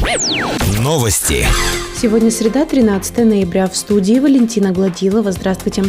Новости. Сегодня среда, 13 ноября. В студии Валентина Гладилова. Здравствуйте.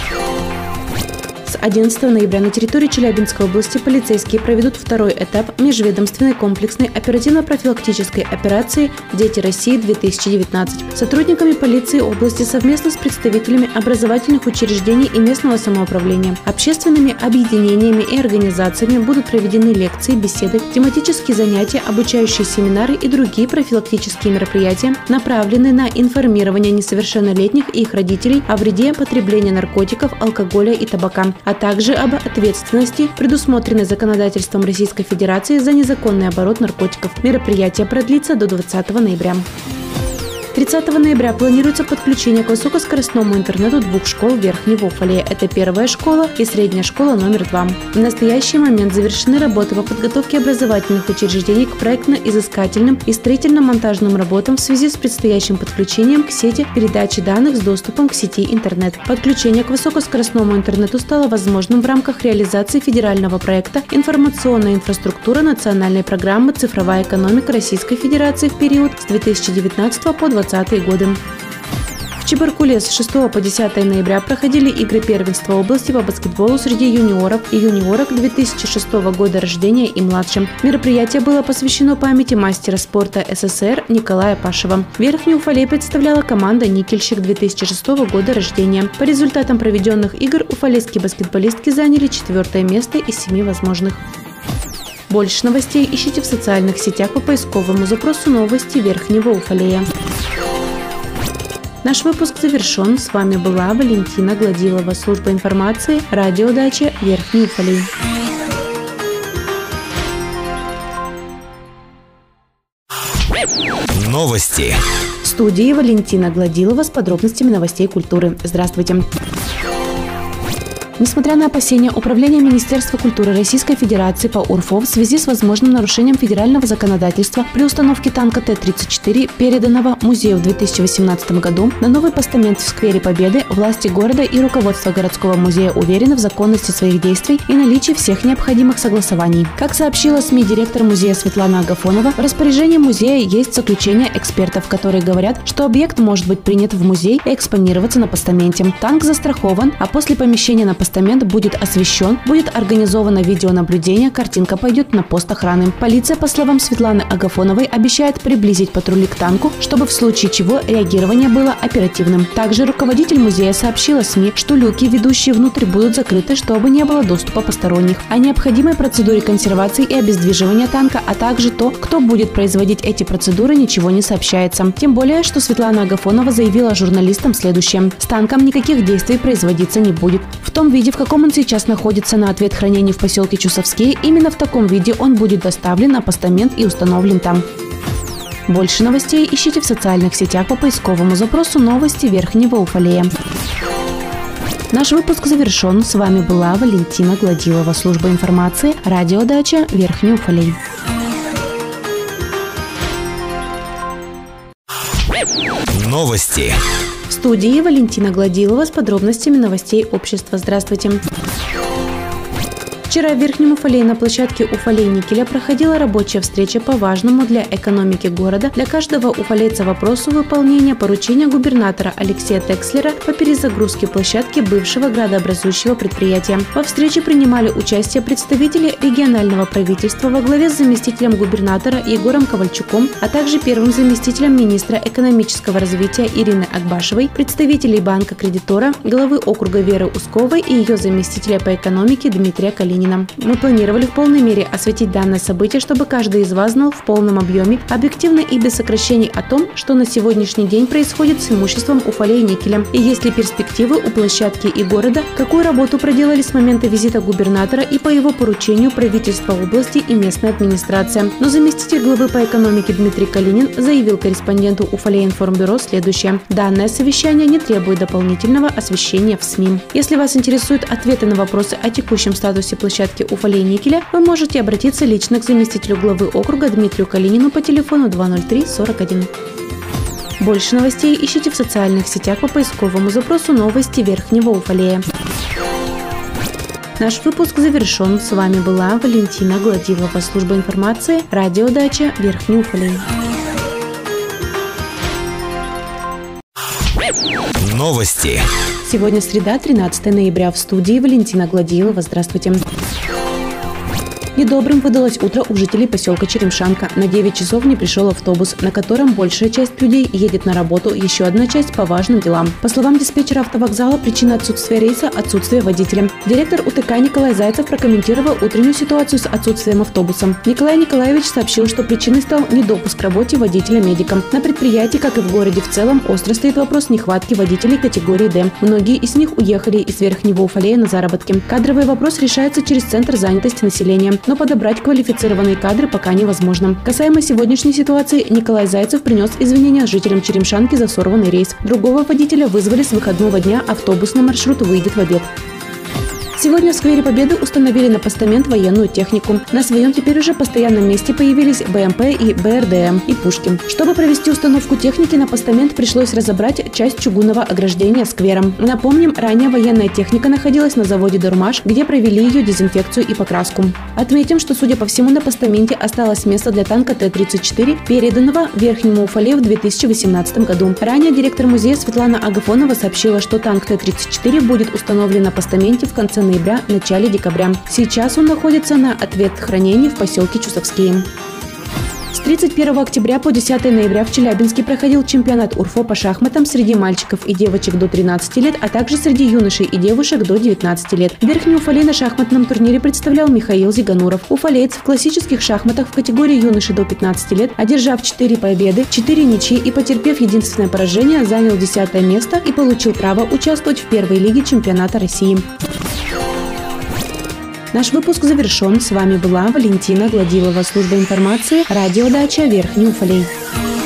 С 11 ноября на территории Челябинской области полицейские проведут второй этап межведомственной комплексной оперативно-профилактической операции «Дети России-2019». Сотрудниками полиции области совместно с представителями образовательных учреждений и местного самоуправления, общественными объединениями и организациями будут проведены лекции, беседы, тематические занятия, обучающие семинары и другие профилактические мероприятия, направленные на информирование несовершеннолетних и их родителей о вреде потребления наркотиков, алкоголя и табака, а также об ответственности, предусмотренной законодательством Российской Федерации за незаконный оборот наркотиков. Мероприятие продлится до 20 ноября. 30 ноября планируется подключение к высокоскоростному интернету двух школ в Верхнем Уфалее. Это первая школа и средняя школа номер 2. В настоящий момент завершены работы по подготовке образовательных учреждений к проектно-изыскательным и строительно-монтажным работам в связи с предстоящим подключением к сети передачи данных с доступом к сети интернет. Подключение к высокоскоростному интернету стало возможным в рамках реализации федерального проекта «Информационная инфраструктура национальной программы «Цифровая экономика Российской Федерации» в период с 2019 по 2020 годы. В Чебаркуле с 6 по 10 ноября проходили игры первенства области по баскетболу среди юниоров и юниорок 2006 года рождения и младше. Мероприятие было посвящено памяти мастера спорта СССР Николая Пашева. Верхний Уфалей представляла команда «Никельщик» 2006 года рождения. По результатам проведенных игр уфалейские баскетболистки заняли 4-е место из 7 возможных. Больше новостей ищите в социальных сетях по поисковому запросу «Новости Верхнего Уфалея». Наш выпуск завершен. С вами была Валентина Гладилова, служба информации, радиодача Верхний Уфалей. Новости. В студии Валентина Гладилова с подробностями новостей культуры. Здравствуйте. Несмотря на опасения Управления Министерства культуры Российской Федерации по УРФО в связи с возможным нарушением федерального законодательства при установке танка Т-34, переданного музею в 2018 году, на новый постамент в сквере Победы власти города и руководство городского музея уверены в законности своих действий и наличии всех необходимых согласований. Как сообщила СМИ директор музея Светлана Агафонова, в распоряжении музея есть заключение экспертов, которые говорят, что объект может быть принят в музей и экспонироваться на постаменте. Танк застрахован, а после помещения на постамент будет освещен, будет организовано видеонаблюдение, картинка пойдет на пост охраны. Полиция, по словам Светланы Агафоновой, обещает приблизить патрули к танку, чтобы в случае чего реагирование было оперативным. Также руководитель музея сообщила СМИ, что люки, ведущие внутрь, будут закрыты, чтобы не было доступа посторонних. О необходимой процедуре консервации и обездвиживания танка, а также то, кто будет производить эти процедуры, ничего не сообщается. Тем более, что Светлана Агафонова заявила журналистам следующее: с танком никаких действий производиться не будет. В том виде, в каком он сейчас находится на ответхранении в поселке Чусовские, именно в таком виде он будет доставлен на постамент и установлен там. Больше новостей ищите в социальных сетях по поисковому запросу «Новости Верхнего Уфалея». Наш выпуск завершен. С вами была Валентина Гладилова, служба информации, радиодача Верхний Уфалей. Новости. В студии Валентина Гладилова с подробностями новостей общества. Здравствуйте. Вчера в Верхнем Уфалее на площадке Уфалей-Никеля проходила рабочая встреча по важному для экономики города для каждого уфалейца вопросу выполнения поручения губернатора Алексея Текслера по перезагрузке площадки бывшего градообразующего предприятия. Во встрече принимали участие представители регионального правительства во главе с заместителем губернатора Егором Ковальчуком, а также первым заместителем министра экономического развития Ирины Акбашевой, представителей банка-кредитора, главы округа Веры Усковой и ее заместителя по экономике Дмитрия Калинина. Мы планировали в полной мере осветить данное событие, чтобы каждый из вас знал в полном объеме, объективно и без сокращений о том, что на сегодняшний день происходит с имуществом Уфалей-Никеля, и есть ли перспективы у площадки и города, какую работу проделали с момента визита губернатора и по его поручению правительства области и местная администрация. Но заместитель главы по экономике Дмитрий Калинин заявил корреспонденту Уфалей-Информбюро следующее: данное совещание не требует дополнительного освещения в СМИ. Если вас интересуют ответы на вопросы о текущем статусе площадки Уфалей-Никеля, вы можете обратиться лично к заместителю главы округа Дмитрию Калинину по телефону 203 41. Больше новостей ищите в социальных сетях по поисковому запросу «Новости Верхнего Уфалея». Наш выпуск завершен. С вами была Валентина Гладилова, служба информации, радиодача Верхний Уфалей. Новости. Сегодня среда, 13 ноября. В студии Валентина Гладилова. Здравствуйте. Недобрым выдалось утро у жителей поселка Черемшанка. На 9 часов не пришел автобус, на котором большая часть людей едет на работу, еще одна часть по важным делам. По словам диспетчера автовокзала, причина отсутствия рейса – отсутствие водителя. Директор УТК Николай Зайцев прокомментировал утреннюю ситуацию с отсутствием автобуса. Николай Николаевич сообщил, что причиной стал недопуск к работе водителя-медика. На предприятии, как и в городе в целом, остро стоит вопрос нехватки водителей категории «Д». Многие из них уехали из Верхнего Уфалея на заработки. Кадровый вопрос решается через Центр занятости населения. Но подобрать квалифицированные кадры пока невозможно. Касаемо сегодняшней ситуации, Николай Зайцев принес извинения жителям Черемшанки за сорванный рейс. Другого водителя вызвали с выходного дня, автобусный маршрут выйдет в обед. Сегодня в сквере Победы установили на постамент военную технику. На своем теперь уже постоянном месте появились БМП и БРДМ и пушки. Чтобы провести установку техники на постамент, пришлось разобрать часть чугунного ограждения сквером. Напомним, ранее военная техника находилась на заводе «Дормаш», где провели ее дезинфекцию и покраску. Отметим, что, судя по всему, на постаменте осталось место для танка Т-34, переданного Верхнему Уфалею в 2018 году. Ранее директор музея Светлана Агафонова сообщила, что танк Т-34 будет установлен на постаменте в конце ноября, начале декабря. Сейчас он находится на ответхранении в поселке Чусовские. С 31 октября по 10 ноября в Челябинске проходил чемпионат УРФО по шахматам среди мальчиков и девочек до 13 лет, а также среди юношей и девушек до 19 лет. Верхний Уфалей на шахматном турнире представлял Михаил Зигануров. Уфалеец в классических шахматах в категории юношей до 15 лет, одержав 4 победы, 4 ничьи и потерпев единственное поражение, занял 10 место и получил право участвовать в первой лиге чемпионата России. Наш выпуск завершен. С вами была Валентина Гладилова, служба информации, радиодача Верхний Уфалей.